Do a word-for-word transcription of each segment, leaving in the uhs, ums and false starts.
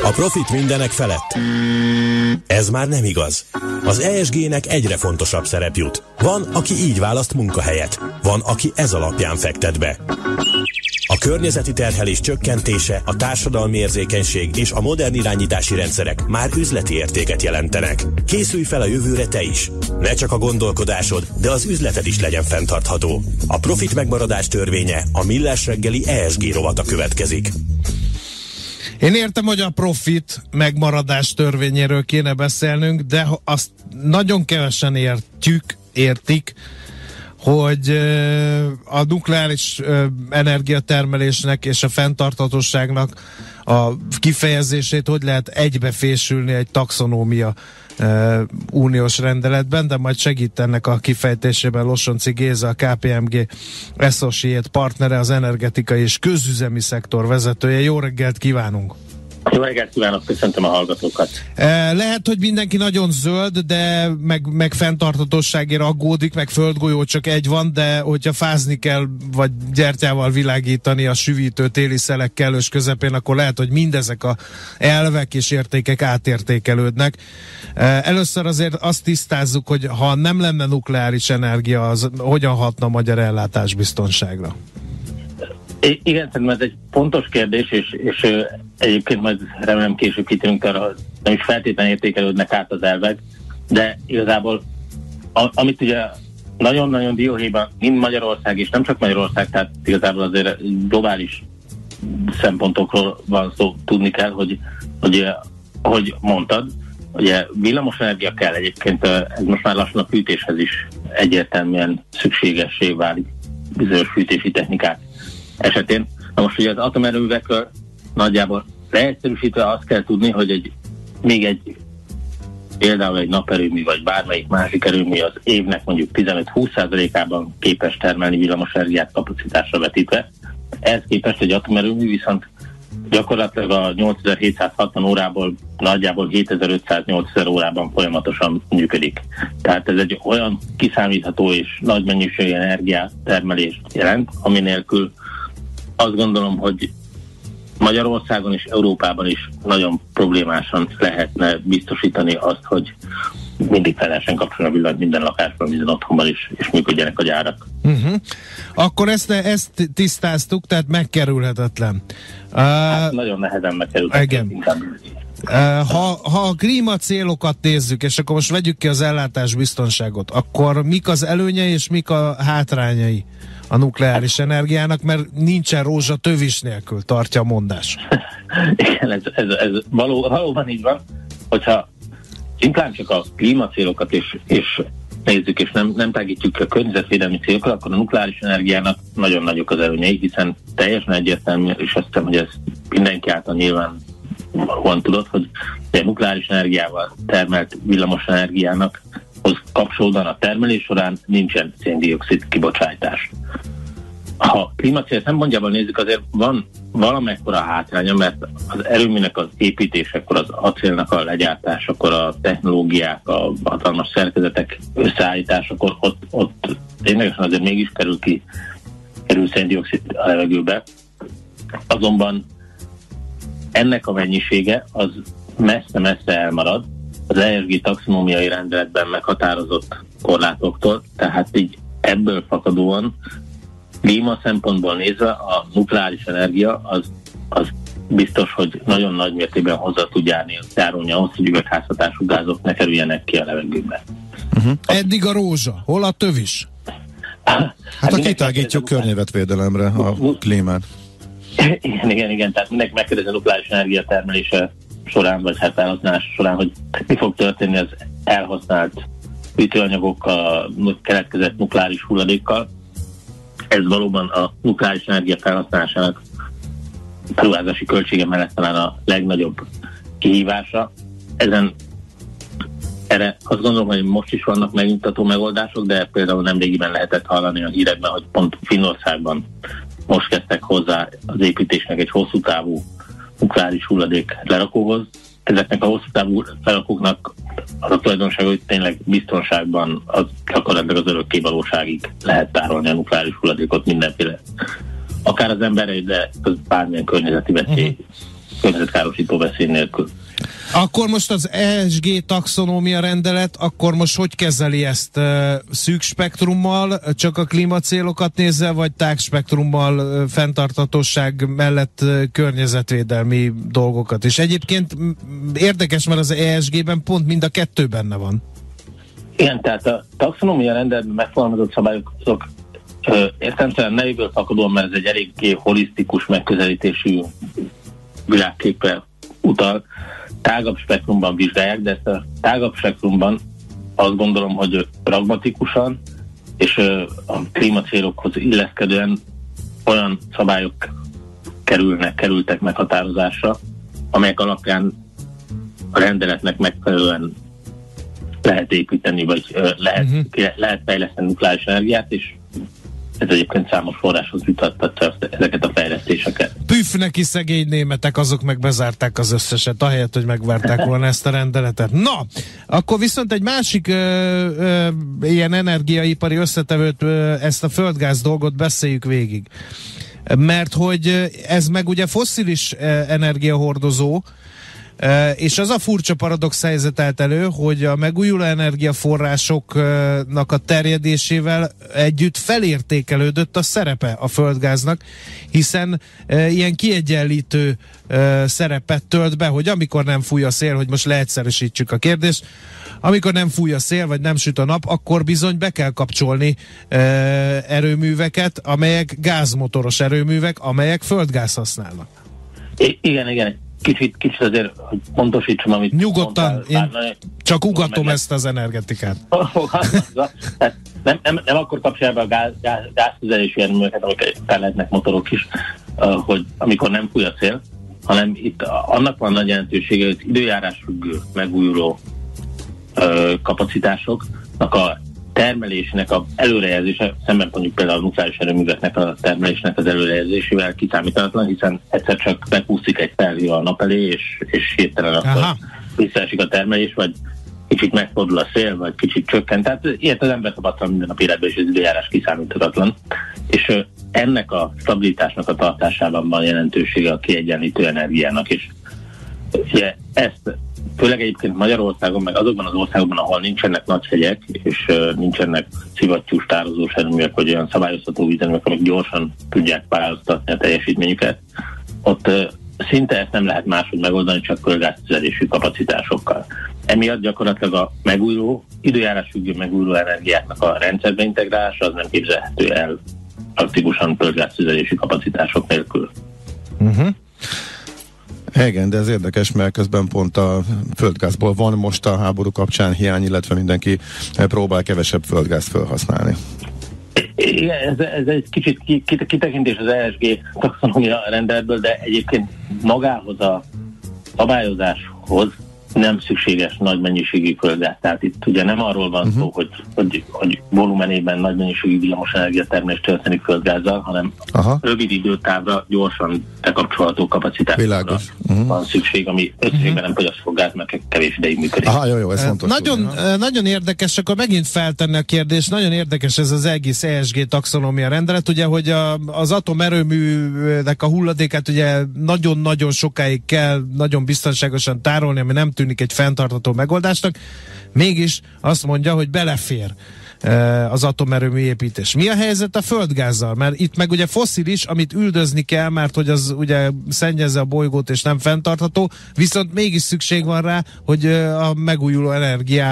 A profit mindenek felett. Ez már nem igaz. Az é es gé-nek egyre fontosabb szerep jut. Van, aki így választ munkahelyet. Van, aki ez alapján fektet be. A környezeti terhelés csökkentése, a társadalmi érzékenység és a modern irányítási rendszerek már üzleti értéket jelentenek. Készülj fel a jövőre te is. Ne csak a gondolkodásod, de az üzleted is legyen fenntartható. A profit megmaradás törvénye, a Millás reggeli é es gé rovata következik. Én értem, hogy a profit megmaradás törvényéről kéne beszélnünk, de azt nagyon kevesen értjük, értik, hogy a nukleáris energiatermelésnek és a fenntarthatóságnak a kifejezését hogy lehet egybefésülni egy taxonómia uniós rendeletben, de majd segít ennek a kifejtésében Lossonci Géza, a ká pé em gé Associate partnere, az energetikai és közüzemi szektor vezetője. Jó reggelt kívánunk! Jó reggelt kívánok, köszöntöm a hallgatókat. Lehet, hogy mindenki nagyon zöld, de meg, meg fenntarthatóságért aggódik, meg földgolyó csak egy van, de hogyha fázni kell, vagy gyertyával világítani a süvítő téli szelek kellős közepén, akkor lehet, hogy mindezek a elvek és értékek átértékelődnek. Először azért azt tisztázzuk, hogy ha nem lenne nukleáris energia, az hogyan hatna a magyar ellátásbiztonságra? I- igen, szerintem ez egy fontos kérdés, és, és ö, egyébként majd remélem később kitérünk arra, nem is feltétlenül értékelődnek át az elvek, de igazából a, amit ugye nagyon-nagyon dióhéjban mind Magyarország, és nem csak Magyarország, tehát igazából azért globális szempontokról van szó, tudni kell, hogy, hogy ahogy mondtad, ugye villamosenergia kell egyébként, ez most már lassan a fűtéshez is egyértelműen szükségessé válik bizonyos fűtési technikák esetén. Na most ugye az atomerőművekről nagyjából leegyszerűsítve azt kell tudni, hogy egy, még egy például egy naperőmű vagy bármelyik másik erőmű az évnek mondjuk tizenöt-húsz százalékában képes termelni villamosenergiát kapacitásra vetítve. Ehhez képest egy atomerőmű viszont gyakorlatilag a nyolcezer-hétszázhatvan órából nagyjából hétezer-ötszáz-nyolcezer órában folyamatosan működik. Tehát ez egy olyan kiszámítható és nagy mennyiségű energiatermelést jelent, ami nélkül azt gondolom, hogy Magyarországon és Európában is nagyon problémásan lehetne biztosítani azt, hogy mindig fel lehessen kapcsolni a villanyt minden lakásban, minden otthonban is, és működjenek a gyárak. Uh-huh. Akkor ezt, ezt tisztáztuk, tehát megkerülhetetlen. Uh, hát nagyon nehezen megkerülhetetlen. Uh, ha, ha a klímacélokat nézzük, és akkor most vegyük ki az ellátásbiztonságot, akkor mik az előnyei és mik a hátrányai a nukleáris energiának, mert nincsen rózsa tövis nélkül, tartja a mondás. Igen, ez, ez, ez való, valóban így van, hogyha szimplán csak a klímacélokat és, és nézzük, és nem, nem tágítjuk a környezetvédelmi célokat, akkor a nukleáris energiának nagyon nagyok az előnyei, hiszen teljesen egyértelmű, és azt hiszem, hogy ez mindenki által nyilván valóan tudod, hogy a nukleáris energiával termelt villamos energiának hoz kapcsolódóan a termelés során nincsen szén-dioxid kibocsátás. Ha klímacél szempontjából nézzük, azért van valamekkora hátránya, mert az erőműnek az építésekor, az acélnak a legyártásakor, a technológiák, a hatalmas szerkezetek összeállításakor ott, ott ténylegesen azért mégis kerül ki, kerül szén-dioxid a levegőbe. Azonban ennek a mennyisége az messze-messze elmarad az é es gé taxonómiai rendeletben meghatározott korlátoktól, tehát így ebből fakadóan klíma szempontból nézve a nukleáris energia az, az biztos, hogy nagyon nagy mértékben hozzá tud járni, járulni ahhoz, hogy üvegházhatású gázok ne kerüljenek ki a levegőbe. Uh-huh. Eddig a rózsa, hol a tövis? Hát, hát ha kitágítjuk környezetvédelemre a klímát. Igen, igen, igen, tehát mindenki megkérdezi a nukleáris energia termelése során, vagy hát felhasználása során, hogy mi fog történni az elhasznált ütőanyagokkal, keletkezett nukleáris hulladékkal. Ez valóban a nukleáris energia felhasználásának beruházási költsége mellett talán a legnagyobb kihívása. Ezen erre azt gondolom, hogy most is vannak megnyugtató megoldások, de például nemrégiben lehetett hallani a hírekben, hogy pont Finnországban most kezdtek hozzá az építésnek egy hosszú távú nukleáris hulladék lerakóhoz. Ezeknek a hosszú távú lerakóknak az a tulajdonság, hogy tényleg biztonságban az gyakorlatilag az örökké valóságig lehet tárolni a nukleáris hulladékot mindenféle. Akár az emberre, de az bármilyen környezeti veszély környezetkárosító veszély nélkül. Akkor most az E S G taxonómia rendelet, akkor most hogy kezeli ezt? Uh, szűk spektrummal, csak a klímacélokat nézve, vagy tág spektrummal uh, fenntarthatóság mellett uh, környezetvédelmi dolgokat? És egyébként m- érdekes, mert az E S G-ben pont mind a kettő benne van. Igen, tehát a taxonómia rendeletben megfogalmazott szabályok azok uh, értelemszerűen nevéből fakadóan, mert ez egy eléggé holisztikus megközelítésű világképre utal, tágabb spektrumban vizsgálják, de ezt a tágabb spektrumban azt gondolom, hogy pragmatikusan és a klímacélokhoz illeszkedően olyan szabályok kerülnek, kerültek meghatározásra, amelyek alapján a rendeletnek megfelelően lehet építeni, vagy lehet, uh-huh. lehet fejleszteni nukleáris energiát, és ez egyébként számos forráshoz jutattatja ezeket a fejlesztéseket. Püff neki szegény németek, azok meg bezárták az összeset, ahelyett, hogy megvárták volna ezt a rendeletet. Na, akkor viszont egy másik ö, ö, ilyen energiaipari összetevőt, ö, ezt a földgáz dolgot beszéljük végig. Mert hogy ez meg ugye fosszilis energiahordozó, és az a furcsa paradox helyzet állt elő, hogy a megújuló energiaforrásoknak a terjedésével együtt felértékelődött a szerepe a földgáznak, hiszen ilyen kiegyenlítő szerepet tölt be, hogy amikor nem fúj a szél, hogy most leegyszerűsítsük a kérdést, amikor nem fúj a szél, vagy nem süt a nap, akkor bizony be kell kapcsolni e, erőműveket, amelyek gázmotoros erőművek, amelyek földgáz használnak. I- igen, igen. Kicsit, kicsit azért, hogy pontosítsam, amit nyugodtan, mondtál, én bár, csak ugatom meg ezt az energetikát. nem, nem, nem akkor kapcsolja be a gáz, gáz, gáztüzelésű erőműveket, amik fel lehetnek motorok is, hogy amikor nem fúj a szél, hanem itt annak van nagy jelentősége, hogy időjárás függő, megújuló kapacitásoknak a termelésének a előrejelzése, szemben mondjuk például a nukleáris erőműveknek a termelésnek az előrejelzésével kiszámítatlan, hiszen egyszer csak megúszik egy felhő a nap elé, és, és hirtelen akkor visszaesik a termelés, vagy kicsit megfordul a szél, vagy kicsit csökkent. Tehát ilyet az ember tapasztal minden nap életben, és az időjárás kiszámíthatatlan. És ennek a stabilitásnak a tartásában van jelentősége a kiegyenlítő energiának is. Ugye ezt főleg egyébként Magyarországon, meg azokban az országokban, ahol nincsenek nagy hegyek, és uh, nincsenek szivattyús tározós erőművek, vagy olyan szabályozható üzeművek, amik gyorsan tudják pályáztatni a teljesítményüket, ott uh, szinte ezt nem lehet máshogy megoldani, csak földgáztüzelésű kapacitásokkal. Emiatt gyakorlatilag a megújuló, időjárás függő megújuló energiáknak a rendszerbe integrálása az nem képzelhető el praktikusan földgáztüzelésű kapacitások nélkül. Uh-huh. Igen, de ez érdekes, mert közben pont a földgázból van most a háború kapcsán hiány, illetve mindenki próbál kevesebb földgázt felhasználni. Igen, ez, ez egy kicsit kitekintés az E S G taxonómia rendeletből, de egyébként magához a szabályozáshoz nem szükséges nagy mennyiségű földgáz. Tehát itt ugye nem arról van uh-huh. szó, hogy, hogy, hogy volumenében nagy mennyiségű villamos energiatermelést történik földgázzal, hanem Aha. rövid időtávra gyorsan bekapcsolható kapacitásra uh-huh. van szükség, ami összességben uh-huh. nem fogyaszt fog gáz, mert kevés ideig működik. Aha, jó, jó, ez fontos. Nagyon, tudni, nagyon érdekes, akkor megint feltenni a kérdést, nagyon érdekes ez az egész E S G taxonómia rendelet, ugye, hogy a, az atomerőműnek a hulladékát ugye nagyon-nagyon sokáig kell nagyon biztonságosan tárolni, ami nem tűnik egy fenntartható megoldásnak, mégis azt mondja, hogy belefér az atomerőmű építés. Mi a helyzet a földgázzal? Mert itt meg ugye fosszilis, amit üldözni kell, mert hogy az ugye szennyezze a bolygót és nem fenntartható, viszont mégis szükség van rá, hogy a megújuló energia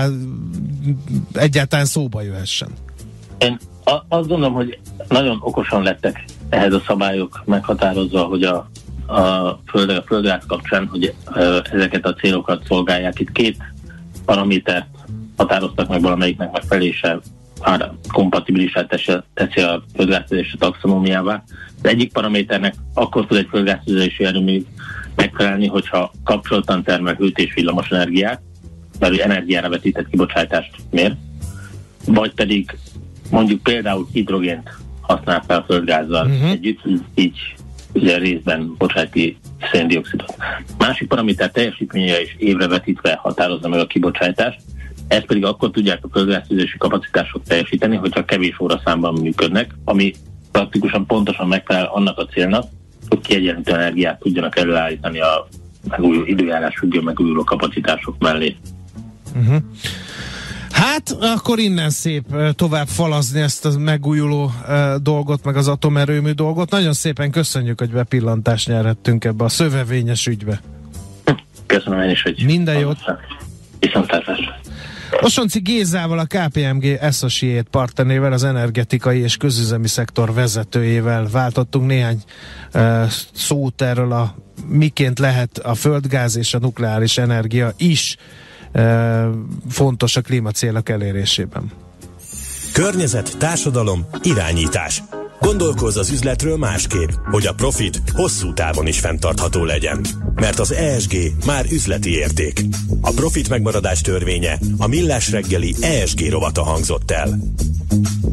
egyáltalán szóba jöhessen. Én azt gondolom, hogy nagyon okosan lettek ehhez a szabályok meghatározva, hogy a a, föld, a földgáz kapcsán, hogy ö, ezeket a célokat szolgálják. Itt két paramétert határoztak meg, valamelyiknek megfelelése már kompatibilisát teszi a földgáztüzelés a taxonómiává. Az egyik paraméternek akkor tud egy földgáztüzelési erőmű megfelelni, hogyha kapcsoltan termel hőt és villamos energiát, mert energiára vetített kibocsátást mér, vagy pedig mondjuk például hidrogént használ fel a földgázzal uh-huh. együtt, így ugye részben bocsát ki széndioxidot. Másik paraméter teljesítménye is évre vetítve határozza meg a kibocsátást, ezt pedig akkor tudják a földgáztüzelési kapacitások teljesíteni, hogyha kevés óraszámban működnek, ami praktikusan pontosan megfelel annak a célnak, kiegyenlítő energiát tudjanak előállítani a megújuló, időjárás függő megújuló kapacitások mellé. Uh-huh. Hát, akkor innen szép tovább falazni ezt a megújuló uh, dolgot, meg az atomerőmű dolgot. Nagyon szépen köszönjük, hogy bepillantást nyerhettünk ebbe a szövevényes ügybe. Köszönöm én is, hogy... Minden jót! Viszontlátásra! Osonci Gézával, a ká pé em gé Associate partnerével, az energetikai és közüzemi szektor vezetőjével váltottunk néhány uh, szót erről a miként lehet a földgáz és a nukleáris energia is uh, fontos a klímacélok elérésében. Környezet, társadalom, irányítás. Gondolkozz az üzletről másképp, hogy a profit hosszú távon is fenntartható legyen. Mert az é es gé már üzleti érték. A profit megmaradás törvénye a Millás reggeli é es gé rovata hangzott el.